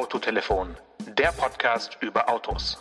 Autotelefon, der Podcast über Autos.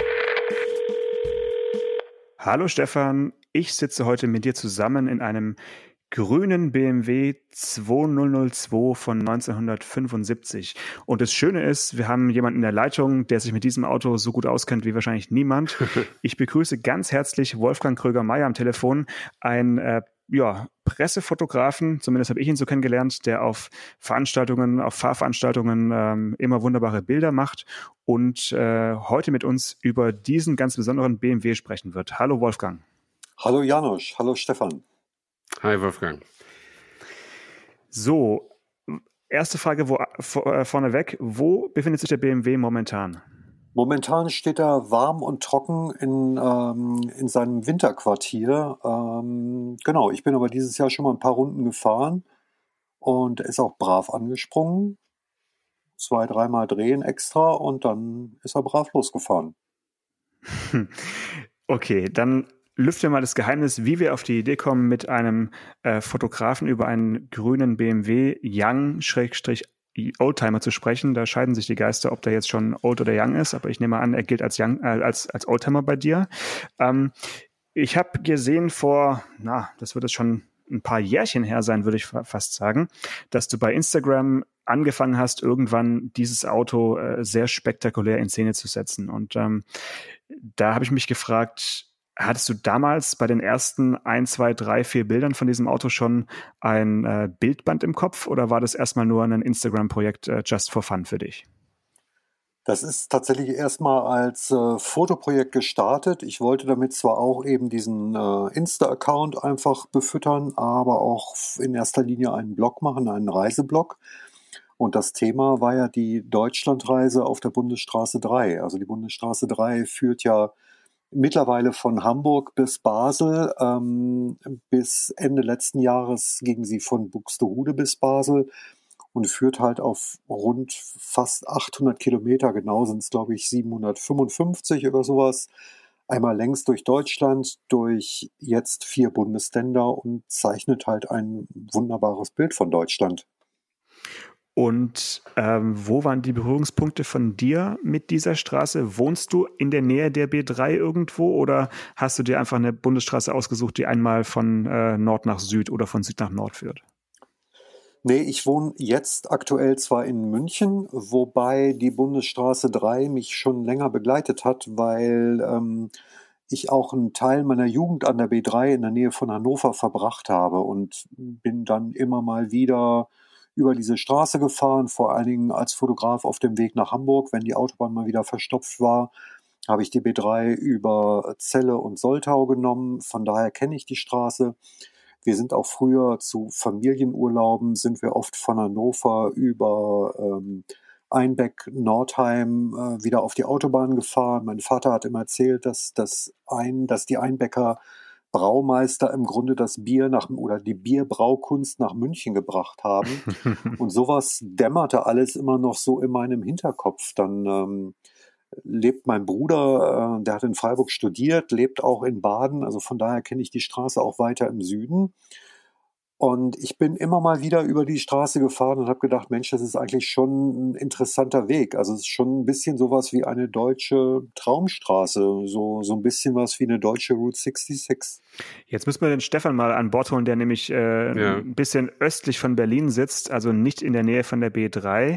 Hallo Stefan, ich sitze heute mit dir zusammen in einem grünen BMW 2002 von 1975. Und das Schöne ist, wir haben jemanden in der Leitung, der sich mit diesem Auto so gut auskennt wie wahrscheinlich niemand. Ich begrüße ganz herzlich Wolfgang Kröger-Meyer am Telefon, ein Pressefotografen, zumindest habe ich ihn so kennengelernt, der auf Fahrveranstaltungen immer wunderbare Bilder macht und heute mit uns über diesen ganz besonderen BMW sprechen wird. Hallo Wolfgang. Hallo Janusz, hallo Stefan. Hi Wolfgang. So, erste Frage vorneweg. Wo befindet sich der BMW momentan? Momentan steht er warm und trocken in seinem Winterquartier. Genau, ich bin aber dieses Jahr schon mal ein paar Runden gefahren und ist auch brav angesprungen. 2-3 Mal drehen extra und dann ist er brav losgefahren. Okay, dann lüfte mal das Geheimnis, wie wir auf die Idee kommen, mit einem Fotografen über einen grünen BMW Young-Oldtimer zu sprechen. Da scheiden sich die Geister, ob der jetzt schon old oder young ist, aber ich nehme an, er gilt als als Oldtimer bei dir. Ich habe gesehen das wird jetzt schon ein paar Jährchen her sein, würde ich fast sagen, dass du bei Instagram angefangen hast, irgendwann dieses Auto sehr spektakulär in Szene zu setzen. Und da habe ich mich gefragt, hattest du damals bei den ersten 1, 2, 3, 4 Bildern von diesem Auto schon ein Bildband im Kopf oder war das erstmal nur ein Instagram-Projekt just for fun für dich? Das ist tatsächlich erstmal als Fotoprojekt gestartet. Ich wollte damit zwar auch eben diesen Insta-Account einfach befüttern, aber auch in erster Linie einen Blog machen, einen Reiseblog. Und das Thema war ja die Deutschlandreise auf der Bundesstraße 3. Also die Bundesstraße 3 führt ja mittlerweile von Hamburg bis Basel. Bis Ende letzten Jahres ging sie von Buxtehude bis Basel und führt halt auf rund fast 800 Kilometer, genau sind es glaube ich 755 oder sowas, einmal längs durch Deutschland, durch jetzt 4 Bundesländer und zeichnet halt ein wunderbares Bild von Deutschland. Und wo waren die Berührungspunkte von dir mit dieser Straße? Wohnst du in der Nähe der B3 irgendwo oder hast du dir einfach eine Bundesstraße ausgesucht, die einmal von Nord nach Süd oder von Süd nach Nord führt? Nee, ich wohne jetzt aktuell zwar in München, wobei die Bundesstraße 3 mich schon länger begleitet hat, weil ich auch einen Teil meiner Jugend an der B3 in der Nähe von Hannover verbracht habe und bin dann immer mal wieder über diese Straße gefahren, vor allen Dingen als Fotograf auf dem Weg nach Hamburg. Wenn die Autobahn mal wieder verstopft war, habe ich die B3 über Celle und Soltau genommen. Von daher kenne ich die Straße. Wir sind auch früher zu Familienurlauben, sind wir oft von Hannover über Einbeck, Nordheim wieder auf die Autobahn gefahren. Mein Vater hat immer erzählt, dass die Einbecker Braumeister im Grunde das Bier die Bierbraukunst nach München gebracht haben. Und sowas dämmerte alles immer noch so in meinem Hinterkopf. Dann lebt mein Bruder, der hat in Freiburg studiert, lebt auch in Baden. Also von daher kenne ich die Straße auch weiter im Süden. Und ich bin immer mal wieder über die Straße gefahren und habe gedacht, Mensch, das ist eigentlich schon ein interessanter Weg. Also es ist schon ein bisschen sowas wie eine deutsche Traumstraße, so ein bisschen was wie eine deutsche Route 66. Jetzt müssen wir den Stefan mal an Bord holen, der nämlich ein bisschen östlich von Berlin sitzt, also nicht in der Nähe von der B3.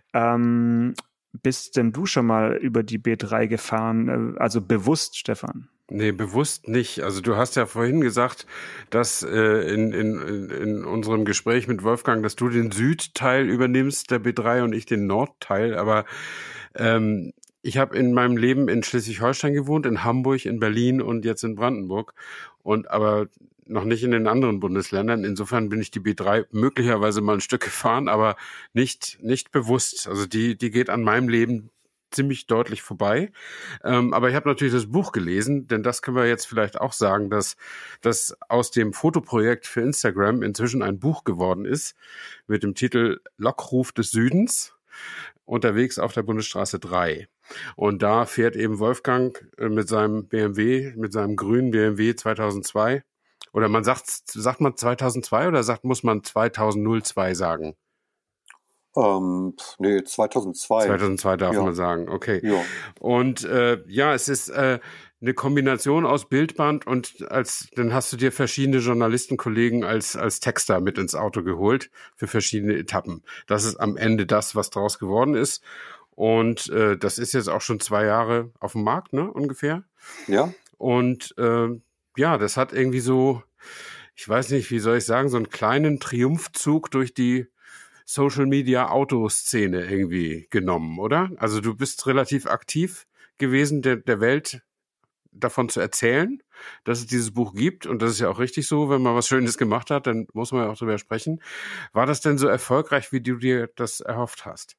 Bist denn du schon mal über die B3 gefahren, also bewusst, Stefan? Nee, bewusst nicht. Also du hast ja vorhin gesagt, dass in unserem Gespräch mit Wolfgang, dass du den Südteil übernimmst der B3 und ich den Nordteil. Aber ich habe in meinem Leben in Schleswig-Holstein gewohnt, in Hamburg, in Berlin und jetzt in Brandenburg. Aber noch nicht in den anderen Bundesländern. Insofern bin ich die B3 möglicherweise mal ein Stück gefahren, aber nicht bewusst. Also die geht an meinem Leben ziemlich deutlich vorbei. Aber ich habe natürlich das Buch gelesen, denn das können wir jetzt vielleicht auch sagen, dass das aus dem Fotoprojekt für Instagram inzwischen ein Buch geworden ist mit dem Titel Lockruf des Südens, unterwegs auf der Bundesstraße 3. Und da fährt eben Wolfgang mit seinem grünen BMW 2002. Oder sagt man 2002 oder muss man 2002 sagen? Nee, 2002. 2002 darf man sagen, okay. Ja. Und es ist eine Kombination aus Bildband und dann hast du dir verschiedene Journalistenkollegen als Texter mit ins Auto geholt für verschiedene Etappen. Das ist am Ende das, was draus geworden ist. Und das ist jetzt auch schon 2 Jahre auf dem Markt, ne, ungefähr. Ja. Und das hat irgendwie so, ich weiß nicht, wie soll ich sagen, so einen kleinen Triumphzug durch die Social-Media-Autoszene irgendwie genommen, oder? Also du bist relativ aktiv gewesen, der Welt davon zu erzählen, dass es dieses Buch gibt. Und das ist ja auch richtig so, wenn man was Schönes gemacht hat, dann muss man ja auch drüber sprechen. War das denn so erfolgreich, wie du dir das erhofft hast?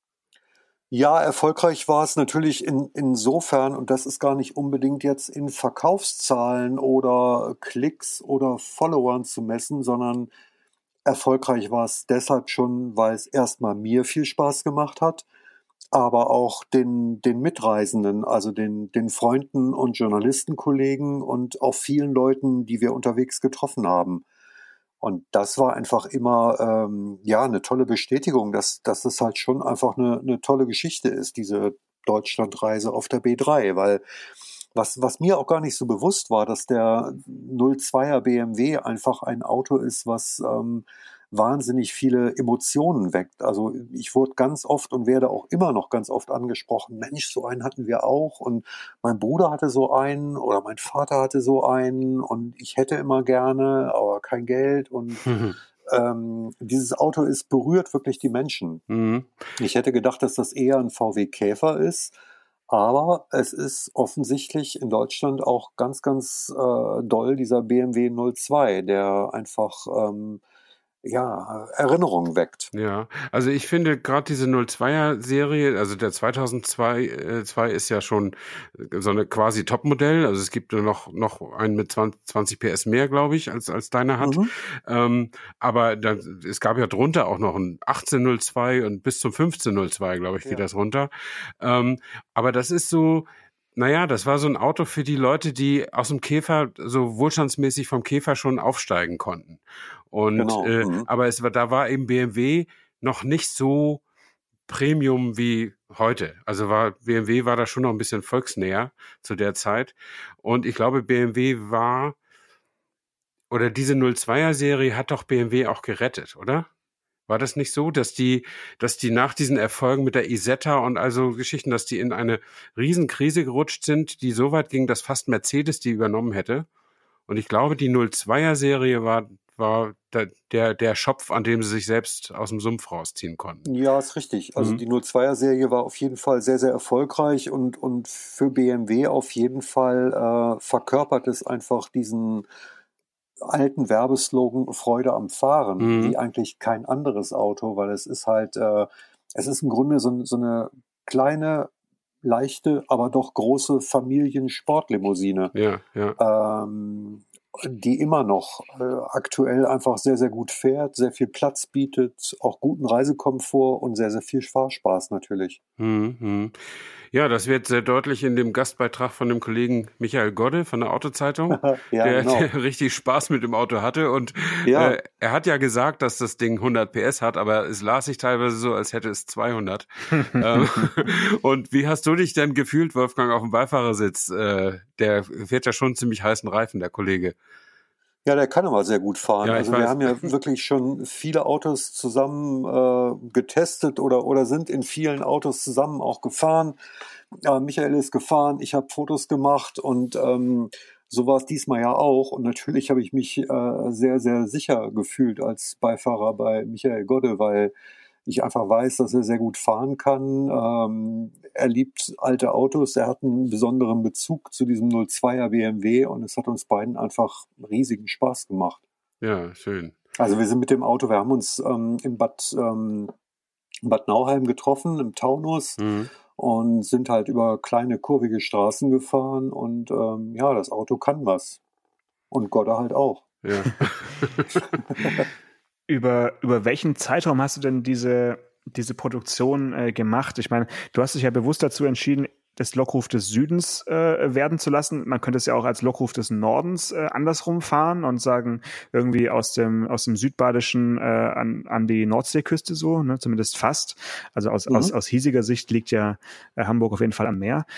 Ja, erfolgreich war es natürlich insofern, und das ist gar nicht unbedingt jetzt in Verkaufszahlen oder Klicks oder Followern zu messen, sondern erfolgreich war es deshalb schon, weil es erstmal mir viel Spaß gemacht hat, aber auch den Mitreisenden, also den Freunden und Journalistenkollegen und auch vielen Leuten, die wir unterwegs getroffen haben. Und das war einfach immer eine tolle Bestätigung, dass es halt schon einfach eine tolle Geschichte ist, diese Deutschlandreise auf der B3, weil was mir auch gar nicht so bewusst war, dass der 02er BMW einfach ein Auto ist, was wahnsinnig viele Emotionen weckt. Also ich wurde ganz oft und werde auch immer noch ganz oft angesprochen, Mensch, so einen hatten wir auch und mein Bruder hatte so einen oder mein Vater hatte so einen und ich hätte immer gerne, aber kein Geld und dieses Auto berührt wirklich die Menschen. Mhm. Ich hätte gedacht, dass das eher ein VW Käfer ist, aber es ist offensichtlich in Deutschland auch ganz, ganz doll dieser BMW 02, der einfach Erinnerungen weckt. Ja, also ich finde gerade diese 02er-Serie, also der 2002 2 ist ja schon so eine quasi Topmodell. Also es gibt nur noch einen mit 20 PS mehr, glaube ich, als deiner hat. Aber es gab ja drunter auch noch ein 1802 und bis zum 1502, glaube ich, geht das runter. Aber das ist so, naja, das war so ein Auto für die Leute, die aus dem Käfer so wohlstandsmäßig vom Käfer schon aufsteigen konnten. Und aber da war eben BMW noch nicht so Premium wie heute. Also BMW war da schon noch ein bisschen volksnäher zu der Zeit. Und ich glaube, diese 02er-Serie hat doch BMW auch gerettet, oder? War das nicht so, dass die nach diesen Erfolgen mit der Isetta und also Geschichten, dass die in eine Riesenkrise gerutscht sind, die so weit ging, dass fast Mercedes die übernommen hätte? Und ich glaube, die 02er-Serie war der Schopf, an dem sie sich selbst aus dem Sumpf rausziehen konnten. Ja, ist richtig. Also die 02er-Serie war auf jeden Fall sehr, sehr erfolgreich und für BMW auf jeden Fall verkörpert es einfach diesen alten Werbeslogan Freude am Fahren, wie eigentlich kein anderes Auto, weil es ist halt, es ist im Grunde so eine kleine, leichte, aber doch große Familiensportlimousine. Ja. Die immer noch aktuell einfach sehr, sehr gut fährt, sehr viel Platz bietet, auch guten Reisekomfort und sehr, sehr viel Fahrspaß natürlich. Ja, das wird sehr deutlich in dem Gastbeitrag von dem Kollegen Michael Godde von der Autozeitung, der richtig Spaß mit dem Auto hatte. Und er hat ja gesagt, dass das Ding 100 PS hat, aber es las sich teilweise so, als hätte es 200. Und wie hast du dich denn gefühlt, Wolfgang, auf dem Beifahrersitz? Der fährt ja schon ziemlich heißen Reifen, der Kollege. Ja, der kann aber sehr gut fahren. Ja, also wir haben ja wirklich schon viele Autos zusammen getestet oder sind in vielen Autos zusammen auch gefahren. Michael ist gefahren, ich habe Fotos gemacht und so war es diesmal ja auch. Und natürlich habe ich mich sehr, sehr sicher gefühlt als Beifahrer bei Michael Godde, weil ich einfach weiß, dass er sehr gut fahren kann. Er liebt alte Autos, er hat einen besonderen Bezug zu diesem 02er BMW und es hat uns beiden einfach riesigen Spaß gemacht. Ja, schön. Also wir sind mit dem Auto, wir haben uns in Bad Nauheim getroffen, im Taunus und sind halt über kleine, kurvige Straßen gefahren und das Auto kann was. Und Godde halt auch. Ja. Über welchen Zeitraum hast du denn diese Produktion gemacht? Ich meine, du hast dich ja bewusst dazu entschieden, des Lockruf des Südens werden zu lassen. Man könnte es ja auch als Lockruf des Nordens andersrum fahren und sagen, irgendwie aus dem Südbadischen an die Nordseeküste so, ne, zumindest fast. Also aus hiesiger Sicht liegt ja Hamburg auf jeden Fall am Meer.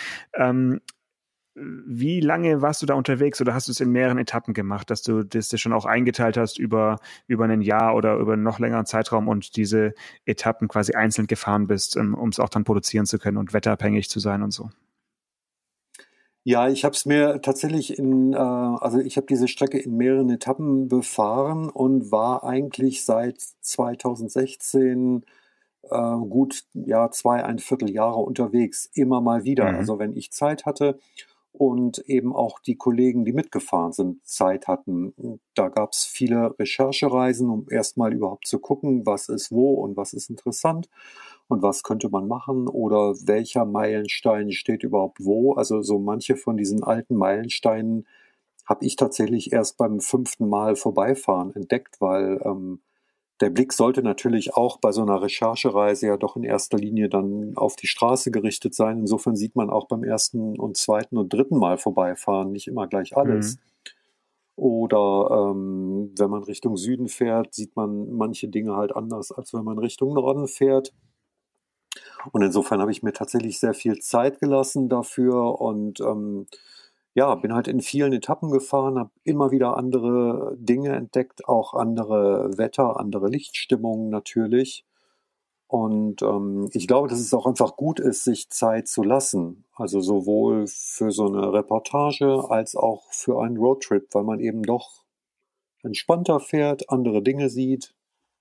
Wie lange warst du da unterwegs oder hast du es in mehreren Etappen gemacht, dass du das dir schon auch eingeteilt hast über ein Jahr oder über einen noch längeren Zeitraum und diese Etappen quasi einzeln gefahren bist, um es auch dann produzieren zu können und wetterabhängig zu sein und so? Ja, ich habe es mir tatsächlich also ich habe diese Strecke in mehreren Etappen befahren und war eigentlich seit 2016 gut, ja, 2,25 Jahre unterwegs, immer mal wieder. Also wenn ich Zeit hatte und eben auch die Kollegen, die mitgefahren sind, Zeit hatten. Da gab es viele Recherchereisen, um erstmal überhaupt zu gucken, was ist wo und was ist interessant und was könnte man machen oder welcher Meilenstein steht überhaupt wo. Also so manche von diesen alten Meilensteinen habe ich tatsächlich erst beim 5. Mal vorbeifahren entdeckt, weil der Blick sollte natürlich auch bei so einer Recherchereise ja doch in erster Linie dann auf die Straße gerichtet sein. Insofern sieht man auch beim 1. und 2. und 3. Mal vorbeifahren nicht immer gleich alles. Oder wenn man Richtung Süden fährt, sieht man manche Dinge halt anders, als wenn man Richtung Norden fährt. Und insofern habe ich mir tatsächlich sehr viel Zeit gelassen dafür und ja, bin halt in vielen Etappen gefahren, habe immer wieder andere Dinge entdeckt, auch andere Wetter, andere Lichtstimmungen natürlich. Und ich glaube, dass es auch einfach gut ist, sich Zeit zu lassen. Also sowohl für so eine Reportage als auch für einen Roadtrip, weil man eben doch entspannter fährt, andere Dinge sieht.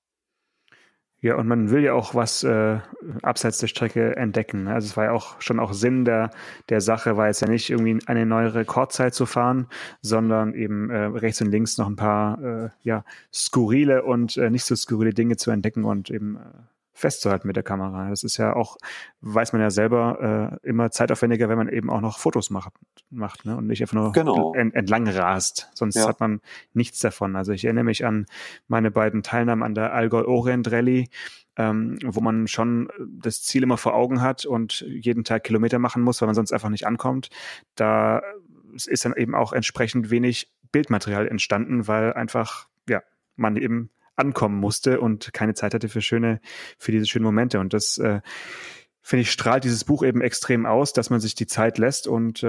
Ja, und man will ja auch was abseits der Strecke entdecken. Ne? Also es war ja auch schon auch Sinn der Sache, war jetzt ja nicht irgendwie eine neue Rekordzeit zu fahren, sondern eben rechts und links noch ein paar skurrile und nicht so skurrile Dinge zu entdecken und eben festzuhalten mit der Kamera. Das ist ja auch, weiß man ja selber, immer zeitaufwendiger, wenn man eben auch noch Fotos macht ne? Und nicht einfach nur entlang rast. Sonst hat man nichts davon. Also ich erinnere mich an meine beiden Teilnahmen an der Allgäu Orient Rallye, wo man schon das Ziel immer vor Augen hat und jeden Tag Kilometer machen muss, weil man sonst einfach nicht ankommt. Da ist dann eben auch entsprechend wenig Bildmaterial entstanden, weil einfach, ja, man eben ankommen musste und keine Zeit hatte für diese schönen Momente. Und das, finde ich, strahlt dieses Buch eben extrem aus, dass man sich die Zeit lässt und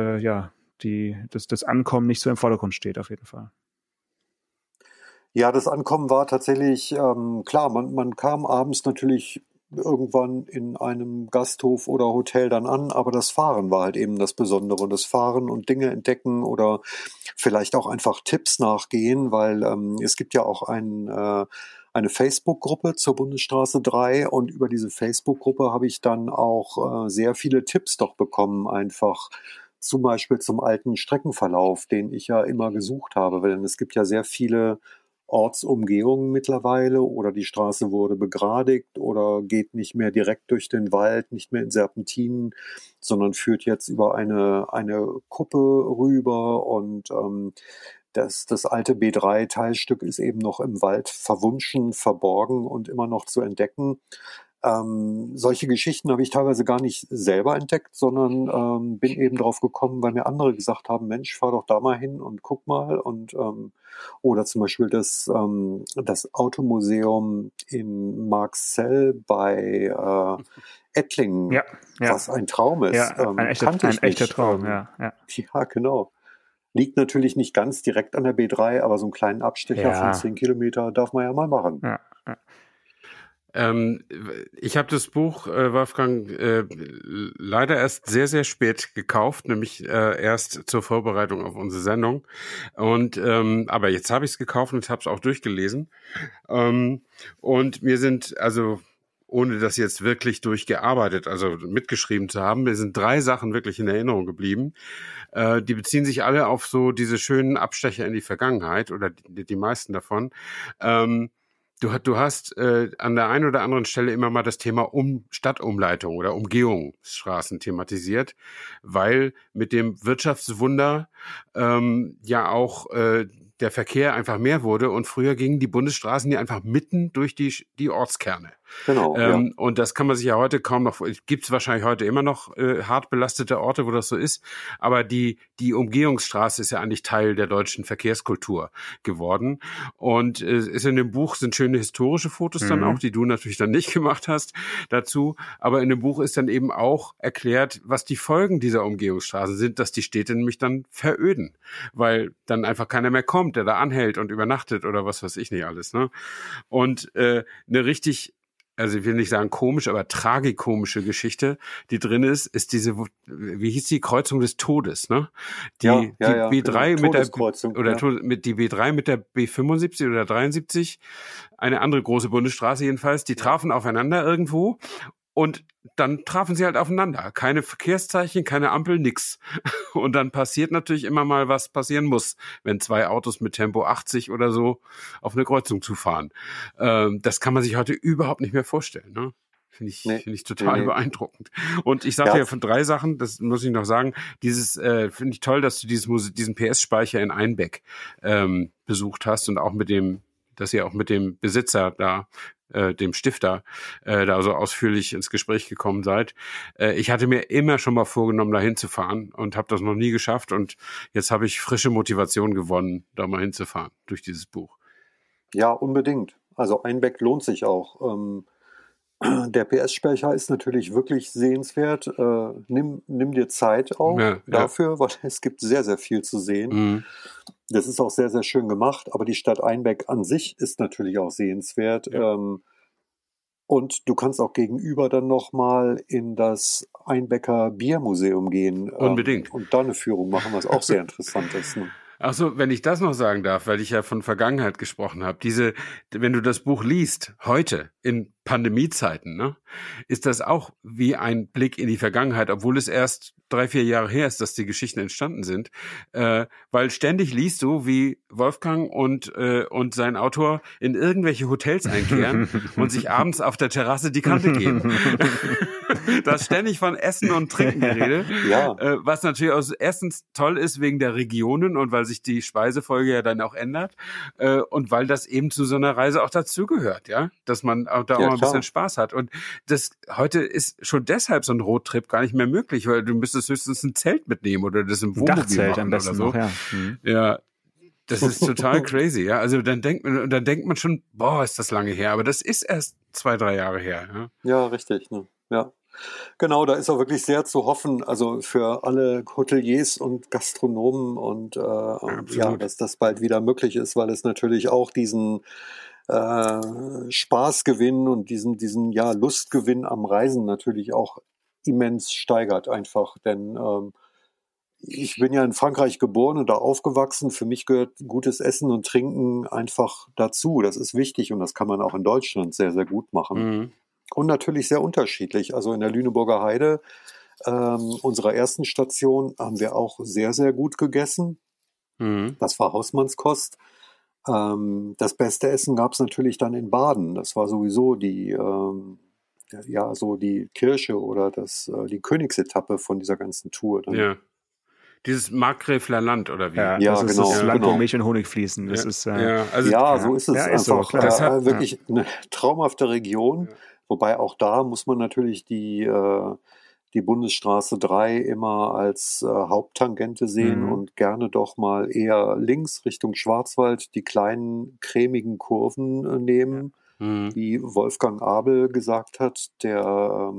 das Ankommen nicht so im Vordergrund steht auf jeden Fall. Ja, das Ankommen war tatsächlich, klar, man kam abends natürlich irgendwann in einem Gasthof oder Hotel dann an, aber das Fahren war halt eben das Besondere. Und das Fahren und Dinge entdecken oder vielleicht auch einfach Tipps nachgehen, weil es gibt ja auch eine Facebook-Gruppe zur Bundesstraße 3 und über diese Facebook-Gruppe habe ich dann auch sehr viele Tipps doch bekommen, einfach zum Beispiel zum alten Streckenverlauf, den ich ja immer gesucht habe, weil es gibt ja sehr viele Ortsumgehungen mittlerweile oder die Straße wurde begradigt oder geht nicht mehr direkt durch den Wald, nicht mehr in Serpentinen, sondern führt jetzt über eine Kuppe rüber und das alte B3-Teilstück ist eben noch im Wald verwunschen, verborgen und immer noch zu entdecken. Solche Geschichten habe ich teilweise gar nicht selber entdeckt, sondern bin eben drauf gekommen, weil mir andere gesagt haben, Mensch, fahr doch da mal hin und guck mal. Und oder zum Beispiel das Automuseum in Marxzell bei Ettlingen, was ein Traum ist. Ja, ein echter Traum, ja. Ja, genau. Liegt natürlich nicht ganz direkt an der B3, aber so einen kleinen Abstecher von 10 Kilometer darf man ja mal machen. Ja. Ich habe das Buch, Wolfgang, leider erst sehr, sehr spät gekauft, nämlich erst zur Vorbereitung auf unsere Sendung. Und aber jetzt habe ich es gekauft und habe es auch durchgelesen. Und mir sind, also ohne das jetzt wirklich durchgearbeitet, also mitgeschrieben zu haben, mir sind 3 Sachen wirklich in Erinnerung geblieben. Die beziehen sich alle auf so diese schönen Abstecher in die Vergangenheit oder die meisten davon. Du hast an der einen oder anderen Stelle immer mal das Thema Stadtumleitung oder Umgehungsstraßen thematisiert, weil mit dem Wirtschaftswunder ja auch der Verkehr einfach mehr wurde und früher gingen die Bundesstraßen ja einfach mitten durch die Ortskerne. Genau, ja. Und das kann man sich ja heute kaum noch, gibt es wahrscheinlich heute immer noch hart belastete Orte, wo das so ist, aber die Umgehungsstraße ist ja eigentlich Teil der deutschen Verkehrskultur geworden. Und ist in dem Buch sind schöne historische Fotos dann auch, die du natürlich dann nicht gemacht hast dazu, aber in dem Buch ist dann eben auch erklärt, was die Folgen dieser Umgehungsstraßen sind, dass die Städte nämlich dann veröden, weil dann einfach keiner mehr kommt, der da anhält und übernachtet oder was weiß ich nicht alles, ne? Und eine richtig, also ich will nicht sagen komisch, aber tragikomische Geschichte, die drin ist diese, wie hieß die, Kreuzung des Todes, ne? Die B3 genau. mit der die B3 mit der B75 oder 73, eine andere große Bundesstraße jedenfalls, die trafen aufeinander irgendwo. Und dann trafen sie halt aufeinander. Keine Verkehrszeichen, keine Ampel, nix. Und dann passiert natürlich immer mal, was passieren muss, wenn zwei Autos mit Tempo 80 oder so auf eine Kreuzung zufahren. Das kann man sich heute überhaupt nicht mehr vorstellen, ne? Finde ich total beeindruckend. Und ich sagte ja von 3 Sachen, das muss ich noch sagen, finde ich toll, dass du diesen PS-Speicher in Einbeck besucht hast und auch dass ihr auch mit dem Besitzer da, dem Stifter, da so ausführlich ins Gespräch gekommen seid. Ich hatte mir immer schon mal vorgenommen, da hinzufahren und habe das noch nie geschafft. Und jetzt habe ich frische Motivation gewonnen, da mal hinzufahren durch dieses Buch. Ja, unbedingt. Also Einbeck lohnt sich auch. Der PS-Speicher ist natürlich wirklich sehenswert. Nimm dir Zeit auch dafür, weil es gibt sehr, sehr viel zu sehen. Das ist auch sehr, sehr schön gemacht, aber die Stadt Einbeck an sich ist natürlich auch sehenswert. Ja. Und du kannst auch gegenüber dann nochmal in das Einbecker Biermuseum gehen. Unbedingt. Und da eine Führung machen, was auch sehr interessant ist. Ne? Ach so, wenn ich das noch sagen darf, weil ich ja von Vergangenheit gesprochen habe, wenn du das Buch liest, heute, in Pandemiezeiten, ne, ist das auch wie ein Blick in die Vergangenheit, obwohl es erst 3-4 Jahre her ist, dass die Geschichten entstanden sind, weil ständig liest du, wie Wolfgang und sein Autor in irgendwelche Hotels einkehren und sich abends auf der Terrasse die Kante geben. Da ist ständig von Essen und Trinken die Rede, was natürlich auch erstens toll ist wegen der Regionen und weil sich die Speisefolge ja dann auch ändert und weil das eben zu so einer Reise auch dazugehört, ja, dass man auch da auch mal ein bisschen Spaß hat. Und das heute ist schon deshalb so ein Roadtrip gar nicht mehr möglich, weil du müsstest höchstens ein Zelt mitnehmen oder das im Wohnmobil machen am besten oder so. Noch, ja. Ja, das ist total crazy, ja. Also dann denkt man schon, boah, ist das lange her, aber das ist erst 2-3 Jahre her. Ja, richtig, ne? Ja. Genau, da ist auch wirklich sehr zu hoffen, also für alle Hoteliers und Gastronomen und dass das bald wieder möglich ist, weil es natürlich auch diesen Spaßgewinn und diesen Lustgewinn am Reisen natürlich auch immens steigert einfach, denn ich bin ja in Frankreich geboren und da aufgewachsen. Für mich gehört gutes Essen und Trinken einfach dazu. Das ist wichtig und das kann man auch in Deutschland sehr, sehr gut machen. Und natürlich sehr unterschiedlich. Also in der Lüneburger Heide, unserer ersten Station, haben wir auch sehr, sehr gut gegessen. Das war Hausmannskost. Das beste Essen gab es natürlich dann in Baden. Das war sowieso die Kirche oder die Königsetappe von dieser ganzen Tour. Dann. Ja. Dieses Markgräfler Land, oder wie? Ja, das ist das Land, wo Milch und Honig fließen. Das ist, so ist es. Ja, ist einfach so, wirklich eine traumhafte Region. Ja. Wobei auch da muss man natürlich die Bundesstraße 3 immer als Haupttangente sehen und gerne doch mal eher links Richtung Schwarzwald die kleinen cremigen Kurven nehmen, wie Wolfgang Abel gesagt hat, der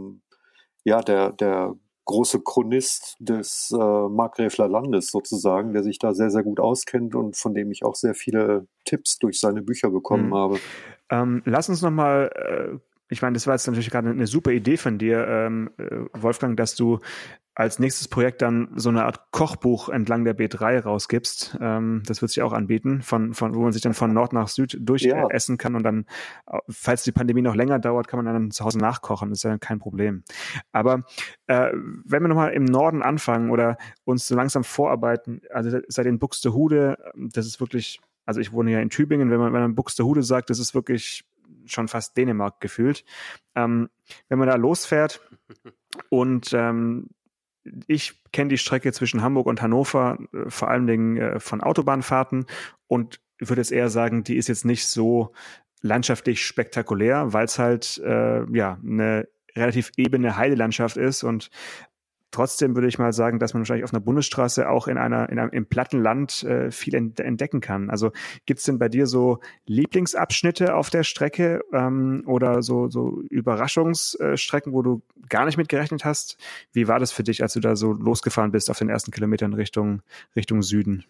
große Chronist des Markgräfler Landes sozusagen, der sich da sehr, sehr gut auskennt und von dem ich auch sehr viele Tipps durch seine Bücher bekommen habe. Lass uns nochmal ich meine, das war jetzt natürlich gerade eine super Idee von dir, Wolfgang, dass du als nächstes Projekt dann so eine Art Kochbuch entlang der B3 rausgibst. Das wird sich auch anbieten, wo man sich dann von Nord nach Süd essen kann und dann, falls die Pandemie noch länger dauert, kann man dann zu Hause nachkochen. Das ist ja kein Problem. Aber wenn wir nochmal im Norden anfangen oder uns so langsam vorarbeiten, also seit in Buxtehude, das ist wirklich, also ich wohne ja in Tübingen, wenn man Buxtehude sagt, das ist wirklich schon fast Dänemark gefühlt. Wenn man da losfährt und ich kenne die Strecke zwischen Hamburg und Hannover vor allen Dingen von Autobahnfahrten und würde jetzt eher sagen, die ist jetzt nicht so landschaftlich spektakulär, weil es halt eine relativ ebene Heidelandschaft ist und trotzdem würde ich mal sagen, dass man wahrscheinlich auf einer Bundesstraße auch im platten Land viel entdecken kann. Also gibt's denn bei dir so Lieblingsabschnitte auf der Strecke oder so Überraschungsstrecken, wo du gar nicht mit gerechnet hast? Wie war das für dich, als du da so losgefahren bist auf den ersten Kilometern Richtung Süden?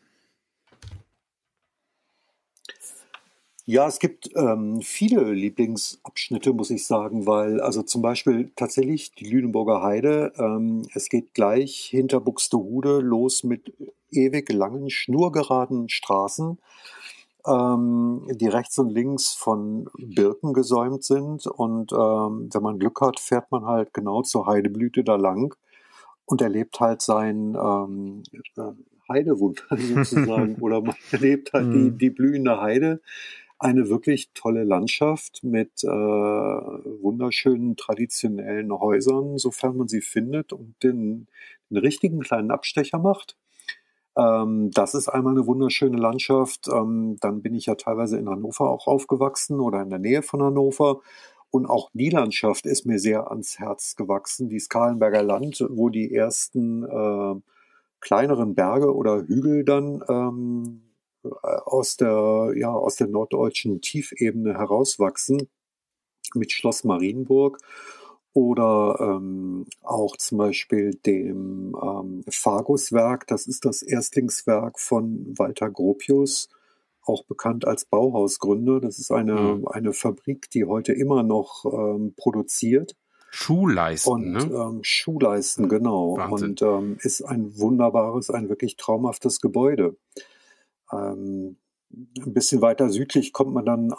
Ja, es gibt viele Lieblingsabschnitte, muss ich sagen, weil also zum Beispiel tatsächlich die Lüneburger Heide, es geht gleich hinter Buxtehude los mit ewig langen, schnurgeraden Straßen, die rechts und links von Birken gesäumt sind und wenn man Glück hat, fährt man halt genau zur Heideblüte da lang und erlebt halt sein Heidewunder sozusagen oder man erlebt halt die blühende Heide. Eine wirklich tolle Landschaft mit wunderschönen traditionellen Häusern, sofern man sie findet und den richtigen kleinen Abstecher macht. Das ist einmal eine wunderschöne Landschaft. Dann bin ich ja teilweise in Hannover auch aufgewachsen oder in der Nähe von Hannover. Und auch die Landschaft ist mir sehr ans Herz gewachsen, die Skalenberger Land, wo die ersten kleineren Berge oder Hügel dann aus der norddeutschen Tiefebene herauswachsen mit Schloss Marienburg oder auch zum Beispiel dem Faguswerk. Das ist das Erstlingswerk von Walter Gropius, auch bekannt als Bauhausgründer. Das ist eine Fabrik, die heute immer noch produziert. Schuhleisten, und Schuhleisten, genau. Wahnsinn. Und ist ein wunderbares, ein wirklich traumhaftes Gebäude. Ein bisschen weiter südlich kommt man dann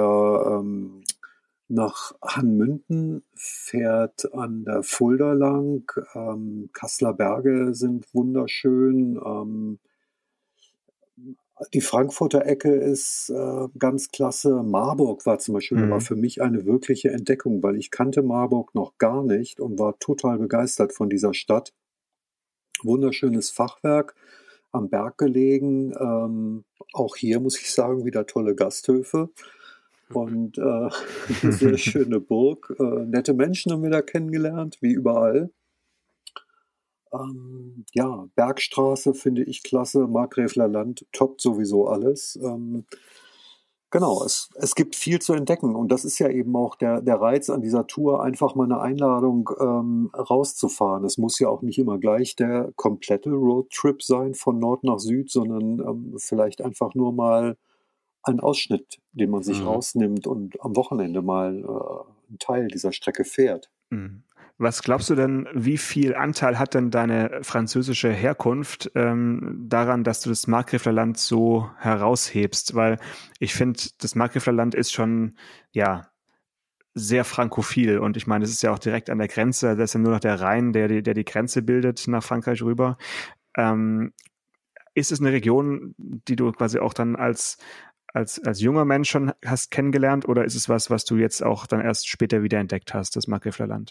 nach Hanmünden, fährt an der Fulda lang. Kasseler Berge sind wunderschön. Die Frankfurter Ecke ist ganz klasse. Marburg war zum Beispiel war für mich eine wirkliche Entdeckung, weil ich kannte Marburg noch gar nicht und war total begeistert von dieser Stadt. Wunderschönes Fachwerk, am Berg gelegen. Auch hier muss ich sagen, wieder tolle Gasthöfe und eine sehr schöne Burg. Nette Menschen haben wir da kennengelernt, wie überall. Bergstraße finde ich klasse, Markgräfler Land toppt sowieso alles. Genau, es gibt viel zu entdecken und das ist ja eben auch der Reiz an dieser Tour, einfach mal eine Einladung rauszufahren. Es muss ja auch nicht immer gleich der komplette Roadtrip sein von Nord nach Süd, sondern vielleicht einfach nur mal ein Ausschnitt, den man sich rausnimmt und am Wochenende mal einen Teil dieser Strecke fährt. Was glaubst du denn, wie viel Anteil hat denn deine französische Herkunft daran, dass du das Markgräfler Land so heraushebst? Weil ich finde, das Markgräfler Land ist schon, sehr frankophil. Und ich meine, es ist ja auch direkt an der Grenze. Das ist ja nur noch der Rhein, der die Grenze bildet nach Frankreich rüber. Ist es eine Region, die du quasi auch dann als junger Mensch schon hast kennengelernt? Oder ist es was du jetzt auch dann erst später wieder entdeckt hast, das Markgräfler Land?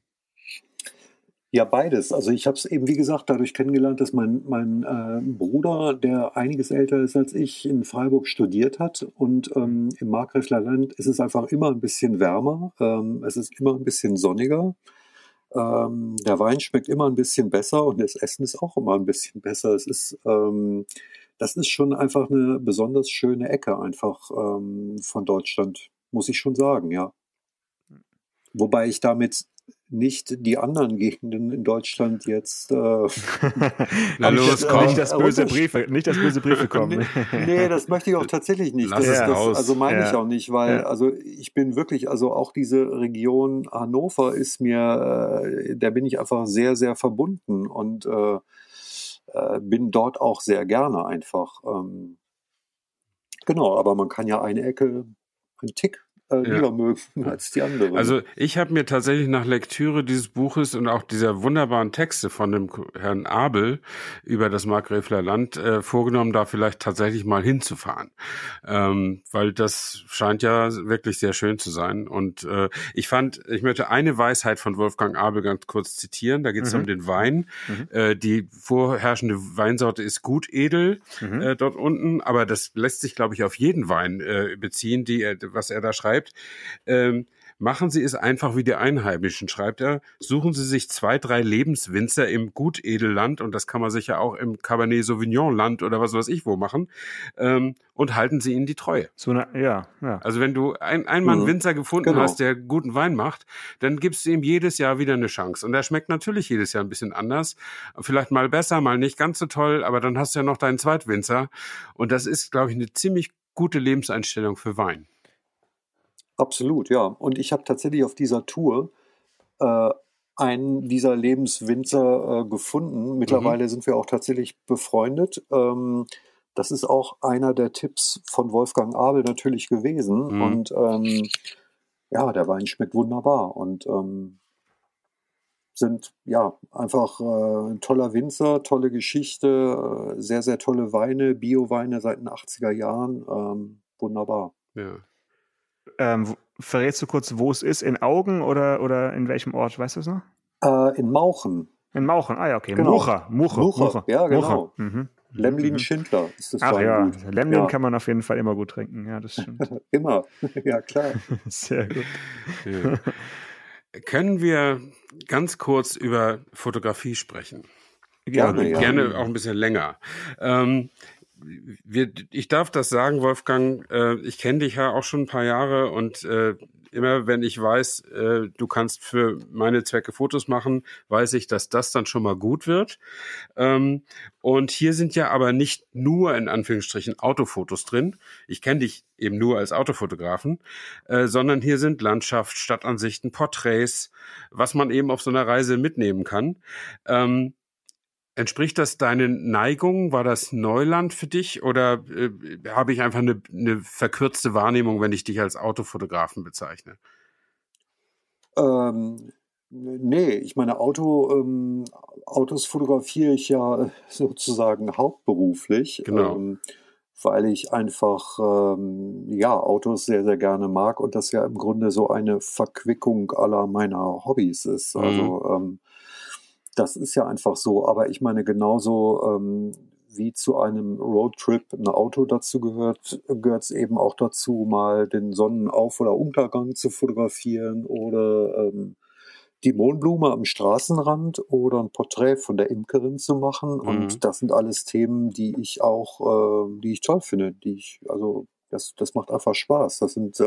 Ja, beides. Also ich habe es eben, wie gesagt, dadurch kennengelernt, dass mein Bruder, der einiges älter ist als ich, in Freiburg studiert hat. Und im Markgräfler Land ist es einfach immer ein bisschen wärmer. Es ist immer ein bisschen sonniger. Der Wein schmeckt immer ein bisschen besser und das Essen ist auch immer ein bisschen besser. Das ist schon einfach eine besonders schöne Ecke einfach von Deutschland, muss ich schon sagen, ja. Wobei ich damit nicht die anderen Gegenden in Deutschland jetzt Na los, komm. Nicht, dass böse Briefe kommen. Nee, das möchte ich auch tatsächlich nicht. Also meine ich auch nicht, weil also ich bin wirklich, also auch diese Region Hannover ist mir, der bin ich einfach sehr, sehr verbunden und bin dort auch sehr gerne einfach. Genau, aber man kann ja eine Ecke einen Tick lieber mögen als die anderen. Also ich habe mir tatsächlich nach Lektüre dieses Buches und auch dieser wunderbaren Texte von dem Herrn Abel über das Markgräfler Land vorgenommen, da vielleicht tatsächlich mal hinzufahren. Weil das scheint ja wirklich sehr schön zu sein. Und ich möchte eine Weisheit von Wolfgang Abel ganz kurz zitieren. Da geht es um den Wein. Die vorherrschende Weinsorte ist Gutedel dort unten, aber das lässt sich, glaube ich, auf jeden Wein beziehen, was er da schreibt. Machen Sie es einfach wie die Einheimischen, schreibt er. Suchen Sie sich 2, 3 Lebenswinzer im Gutedelland, und das kann man sicher auch im Cabernet Sauvignon Land oder was weiß ich wo machen, und halten Sie ihnen die Treue. Ja. Also wenn du einmal einen Winzer gefunden hast, der guten Wein macht, dann gibst du ihm jedes Jahr wieder eine Chance. Und der schmeckt natürlich jedes Jahr ein bisschen anders. Vielleicht mal besser, mal nicht ganz so toll, aber dann hast du ja noch deinen Zweitwinzer. Und das ist, glaube ich, eine ziemlich gute Lebenseinstellung für Wein. Absolut, ja. Und ich habe tatsächlich auf dieser Tour einen dieser Lebenswinzer gefunden. Mittlerweile sind wir auch tatsächlich befreundet. Das ist auch einer der Tipps von Wolfgang Abel natürlich gewesen. Und der Wein schmeckt wunderbar und sind einfach ein toller Winzer, tolle Geschichte, sehr, sehr tolle Weine, Bio-Weine seit den 80er Jahren. Wunderbar. Ja. Verrätst du kurz, wo es ist? In Augen oder in welchem Ort? Weißt du es noch? In Mauchen. In Mauchen, okay. Genau. Mucher. Ja, genau. Mucher. Lemlin-Schindler ist das Weingut. Lemlin kann man auf jeden Fall immer gut trinken. Ja, das stimmt. Immer. Ja, klar. Sehr gut. Ja. Können wir ganz kurz über Fotografie sprechen? Gerne auch ein bisschen länger. Ich darf das sagen, Wolfgang, ich kenne dich ja auch schon ein paar Jahre und immer wenn ich weiß, du kannst für meine Zwecke Fotos machen, weiß ich, dass das dann schon mal gut wird. Und hier sind ja aber nicht nur in Anführungsstrichen Autofotos drin. Ich kenne dich eben nur als Autofotografen, sondern hier sind Landschaft, Stadtansichten, Porträts, was man eben auf so einer Reise mitnehmen kann. Entspricht das deinen Neigungen? War das Neuland für dich oder habe ich einfach eine verkürzte Wahrnehmung, wenn ich dich als Autofotografen bezeichne? Nee, ich meine, Autos fotografiere ich ja sozusagen hauptberuflich, weil ich einfach Autos sehr, sehr gerne mag und das ja im Grunde so eine Verquickung aller meiner Hobbys ist. Also das ist ja einfach so, aber ich meine, genauso wie zu einem Roadtrip ein Auto dazu gehört es eben auch dazu, mal den Sonnenauf- oder Untergang zu fotografieren oder die Mohnblume am Straßenrand oder ein Porträt von der Imkerin zu machen. Und das sind alles Themen, die ich toll finde, das macht einfach Spaß. Das sind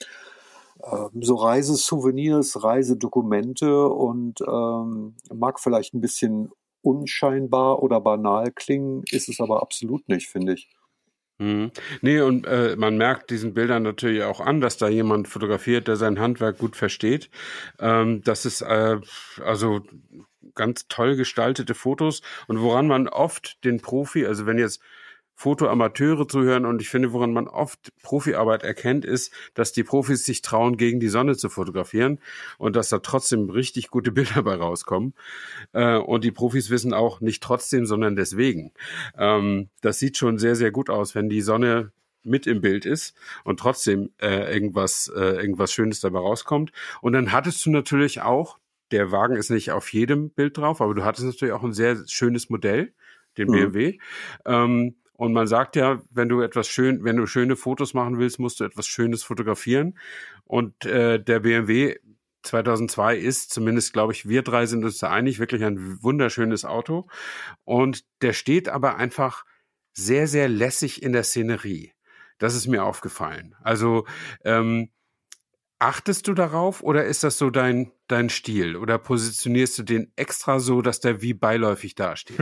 so Reisesouvenirs, Reisedokumente und mag vielleicht ein bisschen unscheinbar oder banal klingen, ist es aber absolut nicht, finde ich. Nee, und man merkt diesen Bildern natürlich auch an, dass da jemand fotografiert, der sein Handwerk gut versteht. Das ist also ganz toll gestaltete Fotos und woran man oft den Profi, also wenn jetzt Fotoamateure zuhören und ich finde, woran man oft Profiarbeit erkennt, ist, dass die Profis sich trauen, gegen die Sonne zu fotografieren und dass da trotzdem richtig gute Bilder bei rauskommen. Und die Profis wissen auch nicht trotzdem, sondern deswegen. Das sieht schon sehr, sehr gut aus, wenn die Sonne mit im Bild ist und trotzdem irgendwas Schönes dabei rauskommt. Und dann hattest du natürlich auch, der Wagen ist nicht auf jedem Bild drauf, aber du hattest natürlich auch ein sehr schönes Modell, den BMW. Und man sagt ja, wenn du schöne Fotos machen willst, musst du etwas Schönes fotografieren. Und der BMW 2002 ist, zumindest glaube ich, wir drei sind uns da einig, wirklich ein wunderschönes Auto. Und der steht aber einfach sehr, sehr lässig in der Szenerie. Das ist mir aufgefallen. Also achtest du darauf oder ist das so dein Stil? Oder positionierst du den extra so, dass der wie beiläufig dasteht?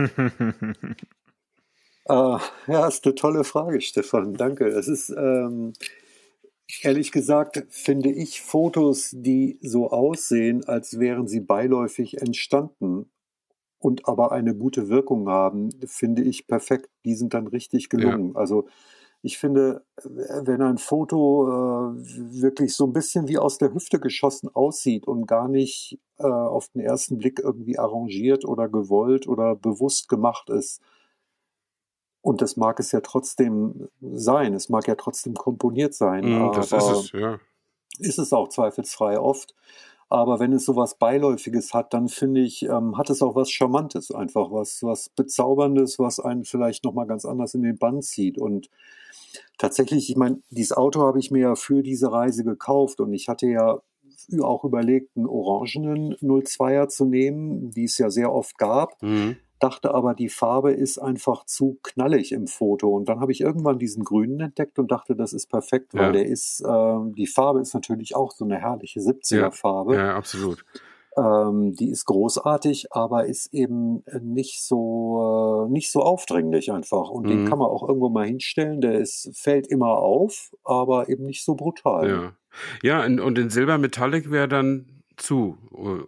Ist eine tolle Frage, Stefan. Danke. Es ist, ehrlich gesagt, finde ich Fotos, die so aussehen, als wären sie beiläufig entstanden und aber eine gute Wirkung haben, finde ich perfekt. Die sind dann richtig gelungen. Ja. Also Ich finde, wenn ein Foto wirklich so ein bisschen wie aus der Hüfte geschossen aussieht und gar nicht auf den ersten Blick irgendwie arrangiert oder gewollt oder bewusst gemacht ist, und das mag es ja trotzdem sein, es mag ja trotzdem komponiert sein, Das aber ist es, ja. ist es auch zweifelsfrei oft. Aber wenn es sowas Beiläufiges hat, dann finde ich, hat es auch was Charmantes, einfach was Bezauberndes, was einen vielleicht nochmal ganz anders in den Bann zieht. Und tatsächlich, ich meine, dieses Auto habe ich mir ja für diese Reise gekauft und ich hatte ja auch überlegt, einen orangenen 02er zu nehmen, die es ja sehr oft gab. Dachte aber, die Farbe ist einfach zu knallig im Foto. Und dann habe ich irgendwann diesen grünen entdeckt und dachte, das ist perfekt, weil der ist, die Farbe ist natürlich auch so eine herrliche 70er-Farbe. Ja, absolut. Die ist großartig, aber ist eben nicht so aufdringlich einfach. Und den kann man auch irgendwo mal hinstellen. Fällt immer auf, aber eben nicht so brutal. Ja, und in Silber Metallic wäre dann zu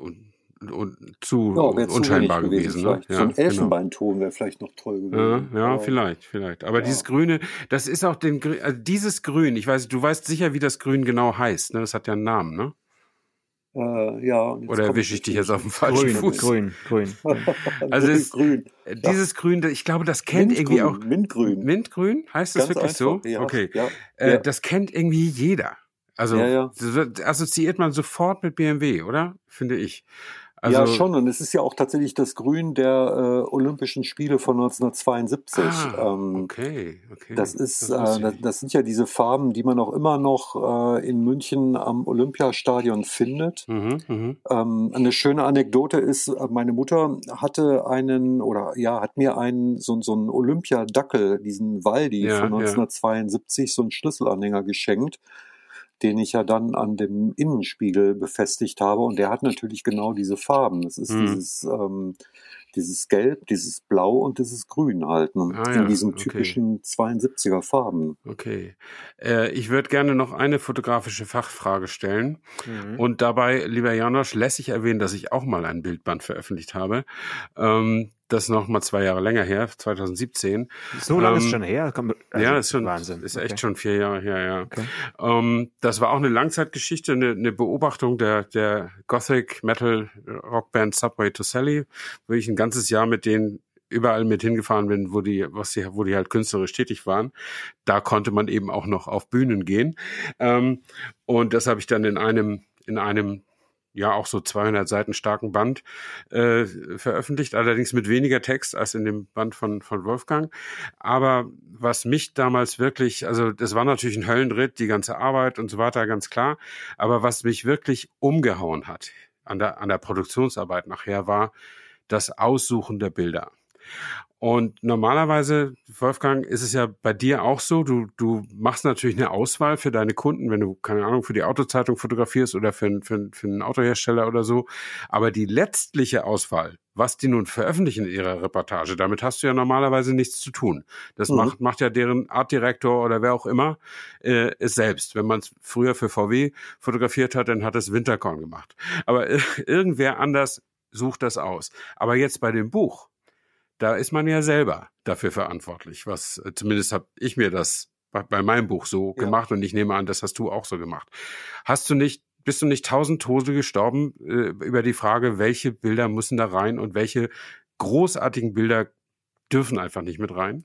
unscheinbar gewesen. Ne? So ein Elfenbeinton wäre vielleicht noch toll gewesen. Ja, vielleicht. Aber dieses Grüne, das ist auch dieses Grün, du weißt sicher, wie das Grün genau heißt. Ne? Das hat ja einen Namen, ne? Oder erwische ich dich jetzt auf dem falschen Fuß? Grün. Also grün. Dieses Grün, ich glaube, das kennt irgendwie auch... Mintgrün. Mintgrün? Heißt das Ganz wirklich einfach, so? ja. Okay. Ja. Das kennt irgendwie jeder. Also assoziiert man sofort mit BMW, oder? Finde ich. Also, ja, schon. Und es ist ja auch tatsächlich das Grün der Olympischen Spiele von 1972. Okay. Das sind ja diese Farben, die man auch immer noch in München am Olympiastadion findet. Eine schöne Anekdote ist, meine Mutter hat mir einen so einen Olympiadackel, diesen Waldi von 1972, so einen Schlüsselanhänger geschenkt, den ich ja dann an dem Innenspiegel befestigt habe. Und der hat natürlich genau diese Farben. Das ist dieses Gelb, dieses Blau und dieses Grün halt. In diesen typischen 72er Farben. Okay. Ich würde gerne noch eine fotografische Fachfrage stellen. Und dabei, lieber Janosch, lässig erwähnen, dass ich auch mal ein Bildband veröffentlicht habe. Das ist noch mal 2 Jahre länger her, 2017. So lange ist schon her? Ist schon Wahnsinn. Ist echt schon 4 Jahre her, ja. Okay. Das war auch eine Langzeitgeschichte, eine Beobachtung der Gothic Metal Rockband Subway to Sally, wo ich ein ganzes Jahr mit denen überall mit hingefahren bin, wo die halt künstlerisch tätig waren. Da konnte man eben auch noch auf Bühnen gehen. Und das habe ich dann in einem ja auch so 200 Seiten starken Band veröffentlicht, allerdings mit weniger Text als in dem Band von Wolfgang. Aber was mich damals wirklich, also das war natürlich ein Höllenritt, die ganze Arbeit und so weiter, ganz klar. Aber was mich wirklich umgehauen hat an der Produktionsarbeit nachher, war das Aussuchen der Bilder. Und normalerweise, Wolfgang, ist es ja bei dir auch so, du machst natürlich eine Auswahl für deine Kunden, wenn du, keine Ahnung, für die Autozeitung fotografierst oder für einen Autohersteller oder so. Aber die letztliche Auswahl, was die nun veröffentlichen in ihrer Reportage, damit hast du ja normalerweise nichts zu tun. Das macht ja deren Artdirektor oder wer auch immer es selbst. Wenn man es früher für VW fotografiert hat, dann hat es Winterkorn gemacht. Aber irgendwer anders sucht das aus. Aber jetzt bei dem Buch, da ist man ja selber dafür verantwortlich. Was zumindest habe ich mir das bei meinem Buch so gemacht und ich nehme an, das hast du auch so gemacht. Bist du nicht 1000 Tode gestorben über die Frage, welche Bilder müssen da rein und welche großartigen Bilder dürfen einfach nicht mit rein?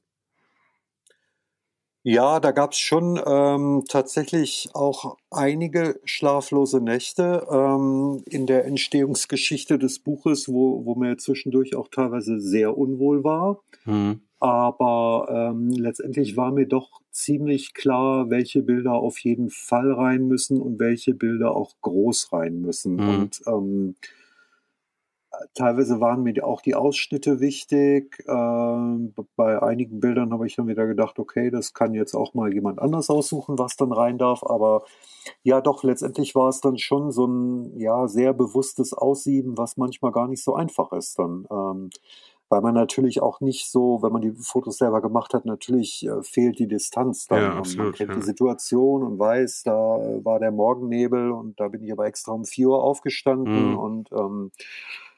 Ja, da gab's schon tatsächlich auch einige schlaflose Nächte in der Entstehungsgeschichte des Buches, wo mir zwischendurch auch teilweise sehr unwohl war. Aber letztendlich war mir doch ziemlich klar, welche Bilder auf jeden Fall rein müssen und welche Bilder auch groß rein müssen. Und teilweise waren mir auch die Ausschnitte wichtig. Bei einigen Bildern habe ich dann wieder gedacht, okay, das kann jetzt auch mal jemand anders aussuchen, was dann rein darf. Aber ja, doch, letztendlich war es dann schon so ein sehr bewusstes Aussieben, was manchmal gar nicht so einfach ist dann. Weil man natürlich auch nicht so, wenn man die Fotos selber gemacht hat, natürlich fehlt die Distanz dann. Ja, absolut, man kennt die Situation und weiß, da war der Morgennebel und da bin ich aber extra um 4 Uhr aufgestanden und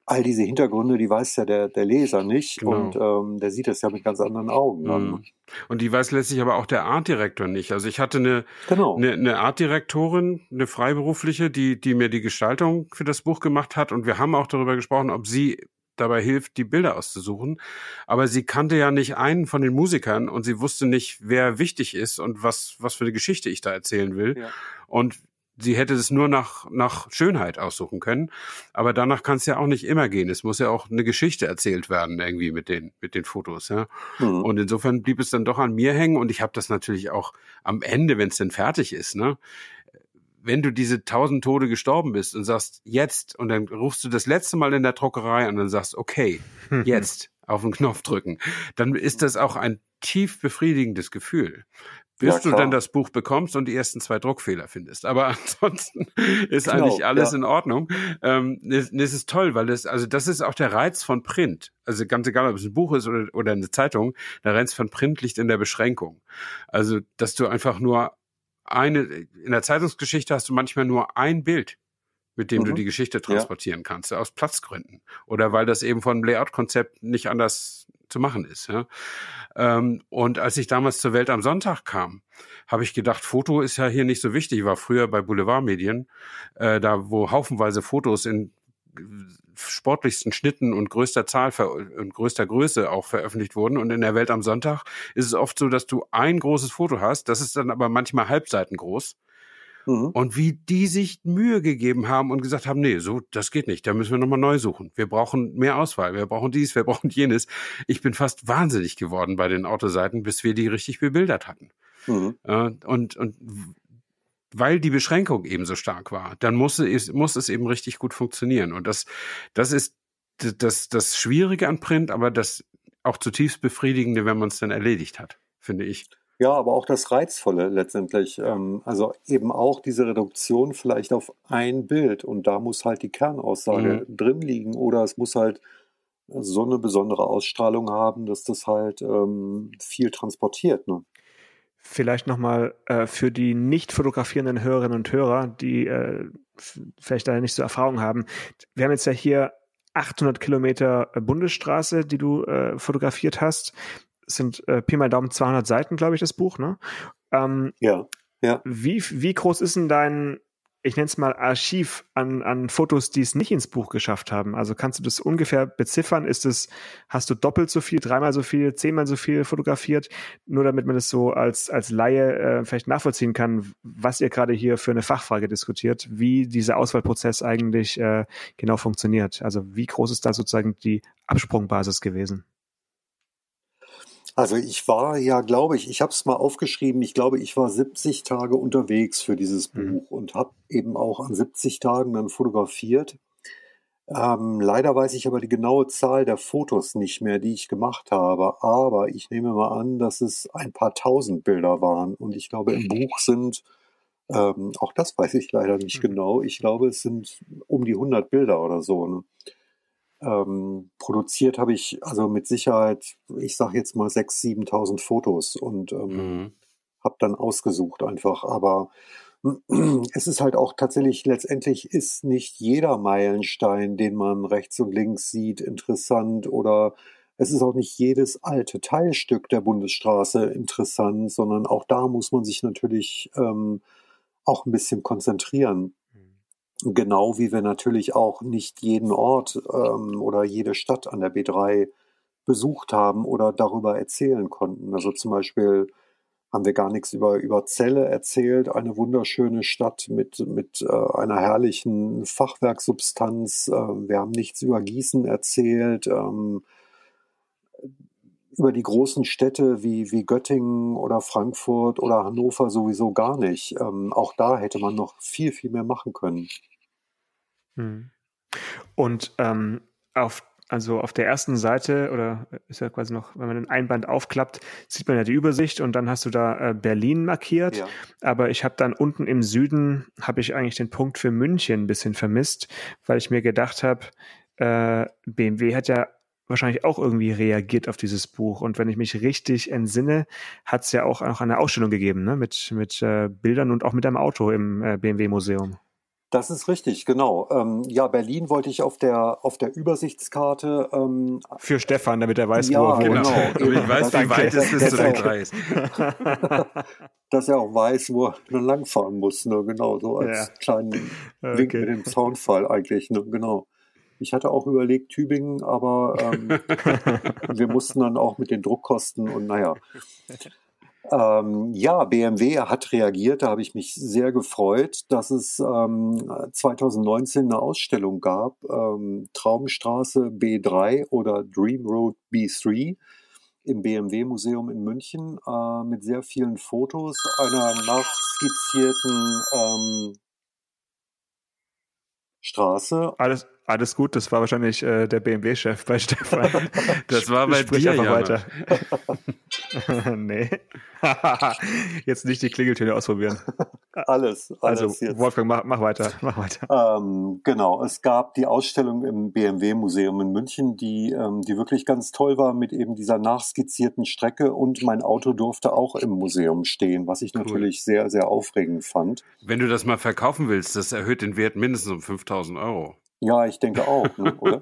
all diese Hintergründe, die weiß ja der Leser nicht Genau. und der sieht das ja mit ganz anderen Augen an. Und die weiß letztlich aber auch der Artdirektor nicht. Also ich hatte Genau. eine Artdirektorin, eine freiberufliche, die mir die Gestaltung für das Buch gemacht hat, und wir haben auch darüber gesprochen, ob sie dabei hilft, die Bilder auszusuchen. Aber sie kannte ja nicht einen von den Musikern und sie wusste nicht, wer wichtig ist und was für eine Geschichte ich da erzählen will. Ja. Und sie hätte es nur nach Schönheit aussuchen können. Aber danach kann es ja auch nicht immer gehen. Es muss ja auch eine Geschichte erzählt werden irgendwie mit den Fotos. Ja. Und insofern blieb es dann doch an mir hängen. Und ich habe das natürlich auch am Ende, wenn es denn fertig ist, ne? Wenn du diese 1000 Tode gestorben bist und sagst, jetzt, und dann rufst du das letzte Mal in der Druckerei und dann sagst, okay, jetzt auf den Knopf drücken, dann ist das auch ein tief befriedigendes Gefühl, bis du dann das Buch bekommst und die ersten 2 Druckfehler findest. Aber ansonsten ist eigentlich alles in Ordnung. Es ist toll, weil das ist auch der Reiz von Print. Also ganz egal, ob es ein Buch ist oder eine Zeitung, der Reiz von Print liegt in der Beschränkung. Also, dass du einfach nur in der Zeitungsgeschichte hast du manchmal nur ein Bild, mit dem du die Geschichte transportieren kannst, aus Platzgründen. Oder weil das eben von Layout-Konzept nicht anders zu machen ist. Ja? Und als ich damals zur Welt am Sonntag kam, habe ich gedacht, Foto ist ja hier nicht so wichtig. Ich war früher bei Boulevardmedien, da wo haufenweise Fotos in sportlichsten Schnitten und größter Zahl und größter Größe auch veröffentlicht wurden. Und in der Welt am Sonntag ist es oft so, dass du ein großes Foto hast, das ist dann aber manchmal Halbseiten groß. Und wie die sich Mühe gegeben haben und gesagt haben, nee, so, das geht nicht, da müssen wir nochmal neu suchen. Wir brauchen mehr Auswahl, wir brauchen dies, wir brauchen jenes. Ich bin fast wahnsinnig geworden bei den Autoseiten, bis wir die richtig bebildert hatten. Und weil die Beschränkung eben so stark war, dann muss es eben richtig gut funktionieren. Und das ist das Schwierige an Print, aber das auch zutiefst Befriedigende, wenn man es dann erledigt hat, finde ich. Ja, aber auch das Reizvolle letztendlich. Also eben auch diese Reduktion vielleicht auf ein Bild und da muss halt die Kernaussage drin liegen oder es muss halt so eine besondere Ausstrahlung haben, dass das halt viel transportiert, ne? Vielleicht nochmal für die nicht fotografierenden Hörerinnen und Hörer, die vielleicht da nicht so Erfahrung haben. Wir haben jetzt ja hier 800 Kilometer Bundesstraße, die du fotografiert hast. Es sind Pi mal Daumen 200 Seiten, glaube ich, das Buch, ne? Ja. Wie groß ist denn dein, ich nenne es mal Archiv an Fotos, die es nicht ins Buch geschafft haben? Also kannst du das ungefähr beziffern? Hast du doppelt so viel, 3-mal so viel, 10-mal so viel fotografiert? Nur damit man das so als Laie vielleicht nachvollziehen kann, was ihr gerade hier für eine Fachfrage diskutiert, wie dieser Auswahlprozess eigentlich genau funktioniert. Also wie groß ist da sozusagen die Absprungbasis gewesen? Also ich war ja, glaube ich habe es mal aufgeschrieben, ich glaube, ich war 70 Tage unterwegs für dieses Buch und habe eben auch an 70 Tagen dann fotografiert. Leider weiß ich aber die genaue Zahl der Fotos nicht mehr, die ich gemacht habe, aber ich nehme mal an, dass es ein paar tausend Bilder waren und ich glaube, im Buch sind, auch das weiß ich leider nicht genau, ich glaube, es sind um die 100 Bilder oder so, ne? Produziert habe ich also mit Sicherheit, ich sage jetzt mal 6.000, 7.000 Fotos und habe dann ausgesucht einfach. Aber es ist halt auch tatsächlich, letztendlich ist nicht jeder Meilenstein, den man rechts und links sieht, interessant oder es ist auch nicht jedes alte Teilstück der Bundesstraße interessant, sondern auch da muss man sich natürlich auch ein bisschen konzentrieren. Genau wie wir natürlich auch nicht jeden Ort oder jede Stadt an der B3 besucht haben oder darüber erzählen konnten. Also zum Beispiel haben wir gar nichts über Celle erzählt, eine wunderschöne Stadt mit einer herrlichen Fachwerksubstanz. Wir haben nichts über Gießen erzählt, über die großen Städte wie Göttingen oder Frankfurt oder Hannover sowieso gar nicht. Auch da hätte man noch viel, viel mehr machen können. Und auf der ersten Seite, oder ist ja quasi noch, wenn man den Einband aufklappt, sieht man ja die Übersicht und dann hast du da Berlin markiert. Ja. Aber ich habe dann unten im Süden, habe ich eigentlich den Punkt für München ein bisschen vermisst, weil ich mir gedacht habe, BMW hat ja wahrscheinlich auch irgendwie reagiert auf dieses Buch. Und wenn ich mich richtig entsinne, hat es ja auch eine Ausstellung gegeben, ne? mit Bildern und auch mit einem Auto im BMW-Museum. Das ist richtig, genau. Ja, Berlin wollte ich auf der Übersichtskarte. Für Stefan, damit er weiß, Ja, wo er wohnt. genau. Damit ich weiß, wie weit es bis zu der 3 ist. Dass er auch weiß, wo er langfahren muss. Ne? Genau, so als kleinen Wink mit dem Zaunfall eigentlich. Ne? Genau. Ich hatte auch überlegt Tübingen, aber wir mussten dann auch mit den Druckkosten und naja. Ja, BMW hat reagiert, da habe ich mich sehr gefreut, dass es 2019 eine Ausstellung gab, Traumstraße B3 oder Dream Road B3 im BMW-Museum in München mit sehr vielen Fotos einer nachskizzierten Straße. Alles gut, das war wahrscheinlich der BMW-Chef bei Stefan. Das war bei Sprich dir, einfach Jana. weiter. Nee. Jetzt nicht die Klingeltöne ausprobieren. Alles Also jetzt. Wolfgang, mach weiter. Genau, es gab die Ausstellung im BMW-Museum in München, die wirklich ganz toll war mit eben dieser nachskizzierten Strecke und mein Auto durfte auch im Museum stehen, was ich natürlich sehr, sehr aufregend fand. Wenn du das mal verkaufen willst, das erhöht den Wert mindestens um 5.000 €. Ja, ich denke auch, ne, oder?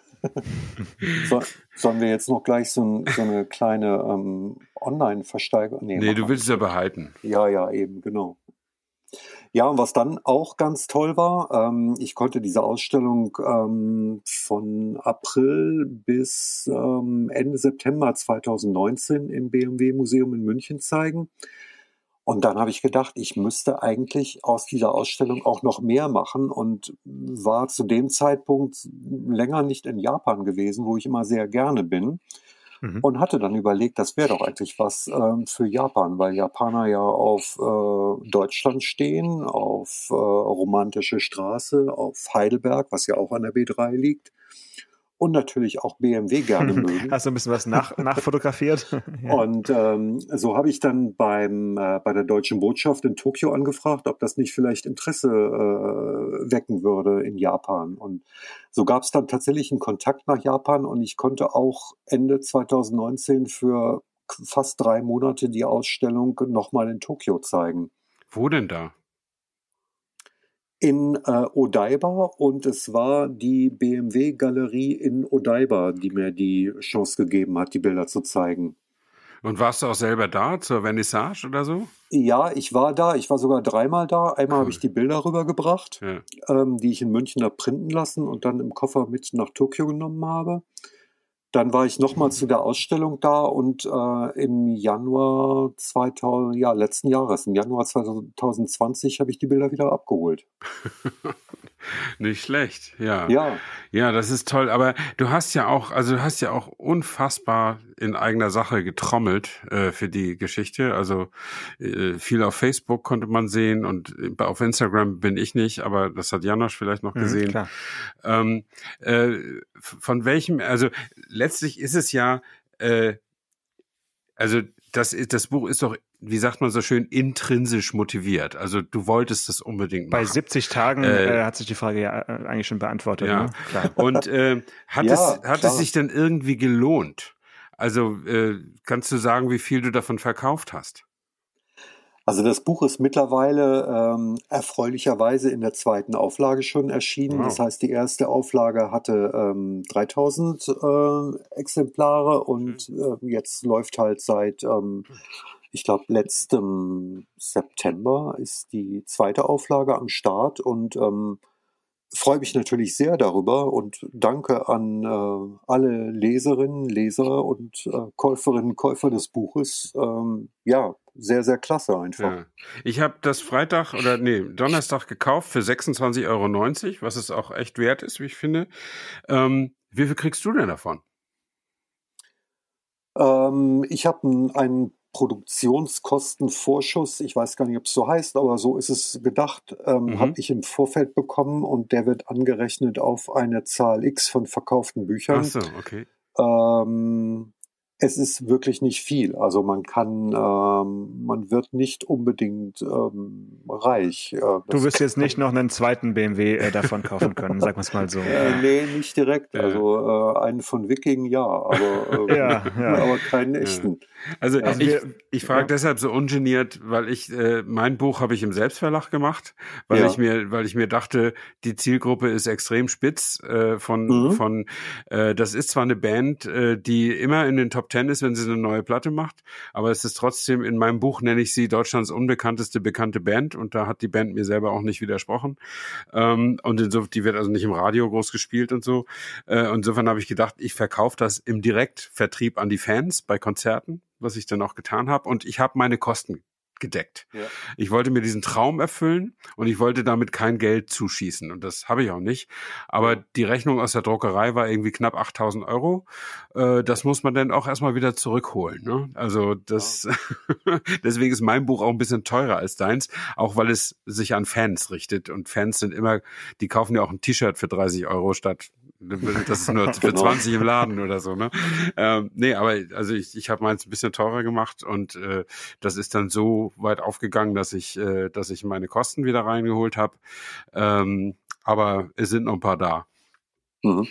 Sollen wir jetzt noch gleich so eine kleine Online-Versteigerung? Nee, du willst es ja behalten. Ja, eben, genau. Ja, und was dann auch ganz toll war, ich konnte diese Ausstellung von April bis Ende September 2019 im BMW-Museum in München zeigen. Und dann habe ich gedacht, ich müsste eigentlich aus dieser Ausstellung auch noch mehr machen und war zu dem Zeitpunkt länger nicht in Japan gewesen, wo ich immer sehr gerne bin. Und hatte dann überlegt, das wäre doch eigentlich was für Japan, weil Japaner ja auf Deutschland stehen, auf romantische Straße, auf Heidelberg, was ja auch an der B3 liegt. Und natürlich auch BMW gerne mögen. Hast du ein bisschen was nachfotografiert? Ja. Und so habe ich dann bei der Deutschen Botschaft in Tokio angefragt, ob das nicht vielleicht Interesse wecken würde in Japan. Und so gab es dann tatsächlich einen Kontakt nach Japan und ich konnte auch Ende 2019 für fast 3 Monate die Ausstellung nochmal in Tokio zeigen. Wo denn da? In Odaiba und es war die BMW-Galerie in Odaiba, die mir die Chance gegeben hat, die Bilder zu zeigen. Und warst du auch selber da zur Vernissage oder so? Ja, ich war da. Ich war sogar 3-mal da. Einmal habe ich die Bilder rübergebracht, die ich in München habe printen lassen und dann im Koffer mit nach Tokio genommen habe. Dann war ich nochmal zu der Ausstellung da und im Januar letzten Jahres, im Januar 2020 habe ich die Bilder wieder abgeholt. Nicht schlecht, ja. Ja. Ja, das ist toll. Aber du hast ja auch unfassbar in eigener Sache getrommelt für die Geschichte. Also viel auf Facebook konnte man sehen und auf Instagram bin ich nicht, aber das hat Janosch vielleicht noch gesehen. Klar. Von welchem, also letztlich ist es ja, also das Buch ist doch, wie sagt man so schön, intrinsisch motiviert. Also du wolltest das unbedingt machen. Bei 70 Tagen hat sich die Frage ja eigentlich schon beantwortet. Ja. Ne? Klar. Und hat es sich denn irgendwie gelohnt? Also kannst du sagen, wie viel du davon verkauft hast? Also das Buch ist mittlerweile erfreulicherweise in der 2. Auflage schon erschienen. Wow. Das heißt, die erste Auflage hatte 3000 Exemplare und jetzt läuft halt seit, ich glaube, letztem September ist die 2. Auflage am Start und freue mich natürlich sehr darüber und danke an alle Leserinnen, Leser und Käuferinnen und Käufer des Buches. Ja, sehr, sehr klasse einfach. Ja. Ich habe das Donnerstag gekauft für 26,90 €, was es auch echt wert ist, wie ich finde. Wie viel kriegst du denn davon? Ich habe einen Produktionskostenvorschuss, ich weiß gar nicht, ob es so heißt, aber so ist es gedacht, habe ich im Vorfeld bekommen und der wird angerechnet auf eine Zahl X von verkauften Büchern. Ach so, okay. Es ist wirklich nicht viel. Also man wird nicht unbedingt reich. Du wirst jetzt nicht noch einen zweiten BMW davon kaufen können, sagen wir es mal so. Nee, nicht direkt. Also einen von Wiking, ja, aber, aber keinen echten. Also ich frage deshalb so ungeniert, weil mein Buch habe ich im Selbstverlag gemacht, weil ich mir dachte, die Zielgruppe ist extrem spitz das ist zwar eine Band, die immer in den Top 10 ist, wenn sie eine neue Platte macht, aber es ist trotzdem, in meinem Buch nenne ich sie Deutschlands unbekannteste bekannte Band und da hat die Band mir selber auch nicht widersprochen. Und insofern, die wird also nicht im Radio groß gespielt und so. Insofern habe ich gedacht, ich verkaufe das im Direktvertrieb an die Fans bei Konzerten, was ich dann auch getan habe und ich habe meine Kosten gedeckt. Ja. Ich wollte mir diesen Traum erfüllen und ich wollte damit kein Geld zuschießen und das habe ich auch nicht. Aber die Rechnung aus der Druckerei war irgendwie knapp 8.000 €. Das muss man dann auch erstmal wieder zurückholen. Ne? Also deswegen ist mein Buch auch ein bisschen teurer als deins, auch weil es sich an Fans richtet und Fans sind immer, die kaufen ja auch ein T-Shirt für 30 € statt das ist nur für 20 im Laden oder so, ne? Nee, aber also ich habe meins ein bisschen teurer gemacht und das ist dann so weit aufgegangen, dass ich meine Kosten wieder reingeholt habe. Aber es sind noch ein paar da. Mhm.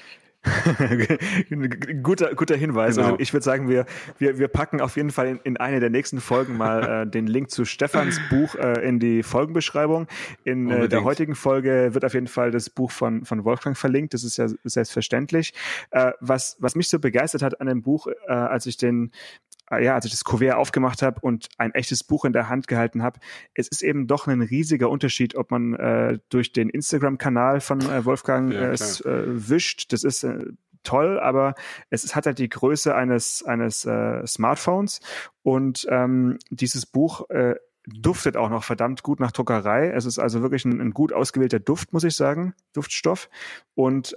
guter Hinweis. Genau. Also ich würde sagen, wir packen auf jeden Fall in eine der nächsten Folgen mal den Link zu Stefans Buch in die Folgenbeschreibung. In der heutigen Folge wird auf jeden Fall das Buch von Wolfgang verlinkt. Das ist ja selbstverständlich. Was mich so begeistert hat an dem Buch, als ich das Kuvert aufgemacht habe und ein echtes Buch in der Hand gehalten habe, es ist eben doch ein riesiger Unterschied, ob man durch den Instagram-Kanal von Wolfgang es wischt. Das ist toll, aber es hat halt die Größe eines Smartphones und dieses Buch duftet auch noch verdammt gut nach Druckerei. Es ist also wirklich ein gut ausgewählter Duft, muss ich sagen, Duftstoff. Und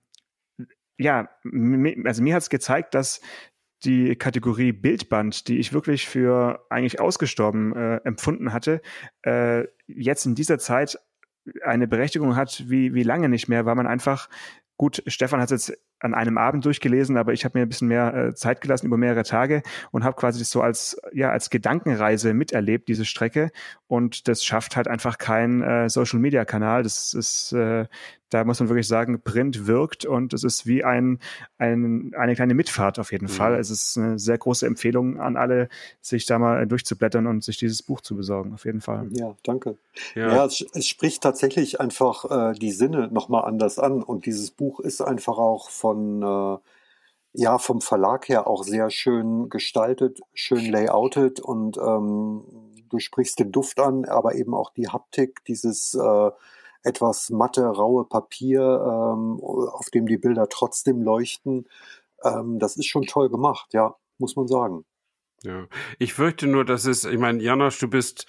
mir hat es gezeigt, dass die Kategorie Bildband, die ich wirklich für eigentlich ausgestorben empfunden hatte, jetzt in dieser Zeit eine Berechtigung hat wie lange nicht mehr, weil man einfach, gut, Stefan hat es jetzt an einem Abend durchgelesen, aber ich habe mir ein bisschen mehr Zeit gelassen über mehrere Tage und habe quasi das so als Gedankenreise miterlebt, diese Strecke. Und das schafft halt einfach kein Social-Media-Kanal. Das ist, da muss man wirklich sagen, Print wirkt und es ist wie eine kleine Mitfahrt auf jeden Fall. Es ist eine sehr große Empfehlung an alle, sich da mal durchzublättern und sich dieses Buch zu besorgen, auf jeden Fall. Ja, danke. Ja, es spricht tatsächlich einfach die Sinne nochmal anders an und dieses Buch ist einfach auch vom Verlag her auch sehr schön gestaltet, schön layoutet und du sprichst den Duft an, aber eben auch die Haptik, dieses etwas matte, raue Papier, auf dem die Bilder trotzdem leuchten. Das ist schon toll gemacht, ja, muss man sagen. Ja, ich fürchte nur, ich meine, Janosch, du bist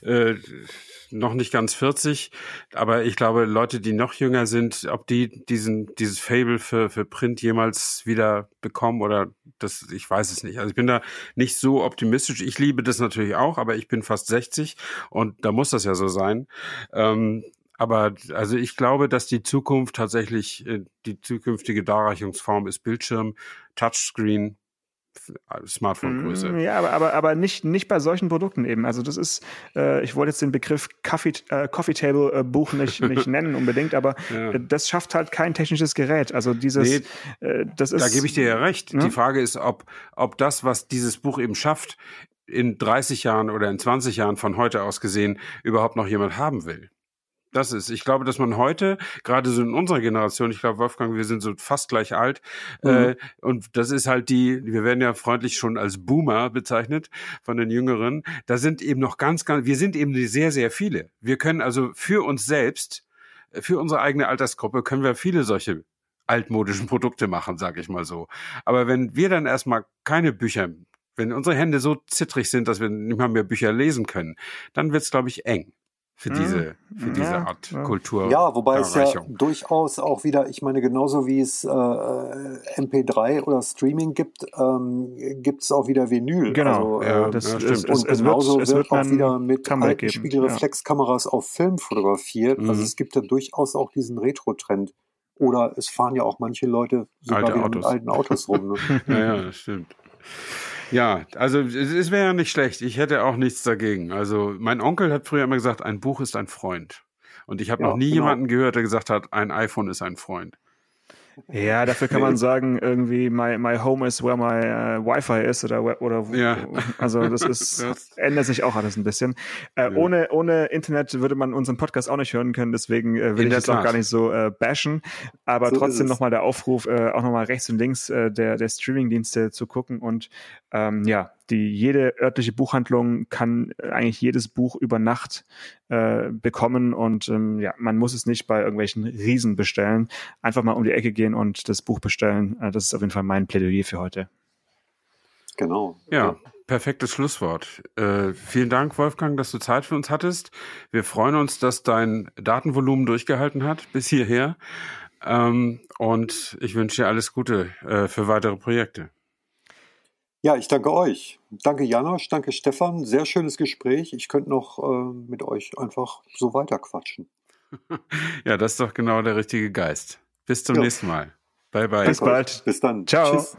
noch nicht ganz 40, aber ich glaube, Leute, die noch jünger sind, ob die dieses Faible für Print jemals wieder bekommen oder ich weiß es nicht. Also ich bin da nicht so optimistisch. Ich liebe das natürlich auch, aber ich bin fast 60 und da muss das ja so sein. Aber also ich glaube, dass die Zukunft tatsächlich, die zukünftige Darreichungsform ist Bildschirm, Touchscreen, Smartphone-Größe. Ja, aber nicht bei solchen Produkten eben. Also das ist, ich wollte jetzt den Begriff Coffee Table Buch nicht nennen unbedingt, aber das schafft halt kein technisches Gerät. Also dieses, das ist. Da gebe ich dir ja recht. Ne? Die Frage ist, ob das, was dieses Buch eben schafft, in 30 Jahren oder in 20 Jahren von heute aus gesehen überhaupt noch jemand haben will. Ich glaube, dass man heute, gerade so in unserer Generation, ich glaube, Wolfgang, wir sind so fast gleich alt, und das ist halt wir werden ja freundlich schon als Boomer bezeichnet von den Jüngeren, da sind eben noch wir sind eben sehr, sehr viele. Wir können also für uns selbst, für unsere eigene Altersgruppe, können wir viele solche altmodischen Produkte machen, sag ich mal so. Aber wenn wir dann erstmal wenn unsere Hände so zittrig sind, dass wir nicht mal mehr Bücher lesen können, dann wird's, glaube ich, eng. Für diese Art Kultur. Ja, wobei es ja durchaus auch wieder, ich meine, genauso wie es MP3 oder Streaming gibt, gibt es auch wieder Vinyl. Genau, also, das stimmt. Und genauso wird auch wieder mit alten Spiegelreflexkameras auf Film fotografiert. Also es gibt ja durchaus auch diesen Retro-Trend. Oder es fahren ja auch manche Leute sogar wieder mit alten Autos rum. Ne? Ja, das stimmt. Ja, also es wäre ja nicht schlecht. Ich hätte auch nichts dagegen. Also mein Onkel hat früher immer gesagt, ein Buch ist ein Freund. Und ich habe noch nie jemanden gehört, der gesagt hat, ein iPhone ist ein Freund. Ja, dafür kann man sagen, irgendwie my home is where my Wi-Fi is oder ja. Also das ist ändert sich auch alles ein bisschen. Ohne Internet würde man unseren Podcast auch nicht hören können, deswegen will ich jetzt auch gar nicht so bashen. Aber so trotzdem nochmal der Aufruf, auch nochmal rechts und links der Streamingdienste zu gucken und jede örtliche Buchhandlung kann eigentlich jedes Buch über Nacht bekommen und man muss es nicht bei irgendwelchen Riesen bestellen. Einfach mal um die Ecke gehen und das Buch bestellen. Das ist auf jeden Fall mein Plädoyer für heute. Genau. Ja, perfektes Schlusswort. Vielen Dank, Wolfgang, dass du Zeit für uns hattest. Wir freuen uns, dass dein Datenvolumen durchgehalten hat bis hierher. Und ich wünsche dir alles Gute für weitere Projekte. Ja, ich danke euch. Danke Janosch, danke Stefan. Sehr schönes Gespräch. Ich könnte noch mit euch einfach so weiterquatschen. Ja, das ist doch genau der richtige Geist. Bis zum nächsten Mal. Bye, bye. Bis bald. Bis dann. Ciao. Tschüss.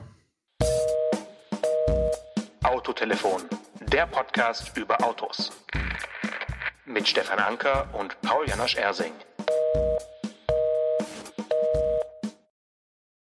Autotelefon, der Podcast über Autos. Mit Stefan Anker und Paul Janosch Ersing.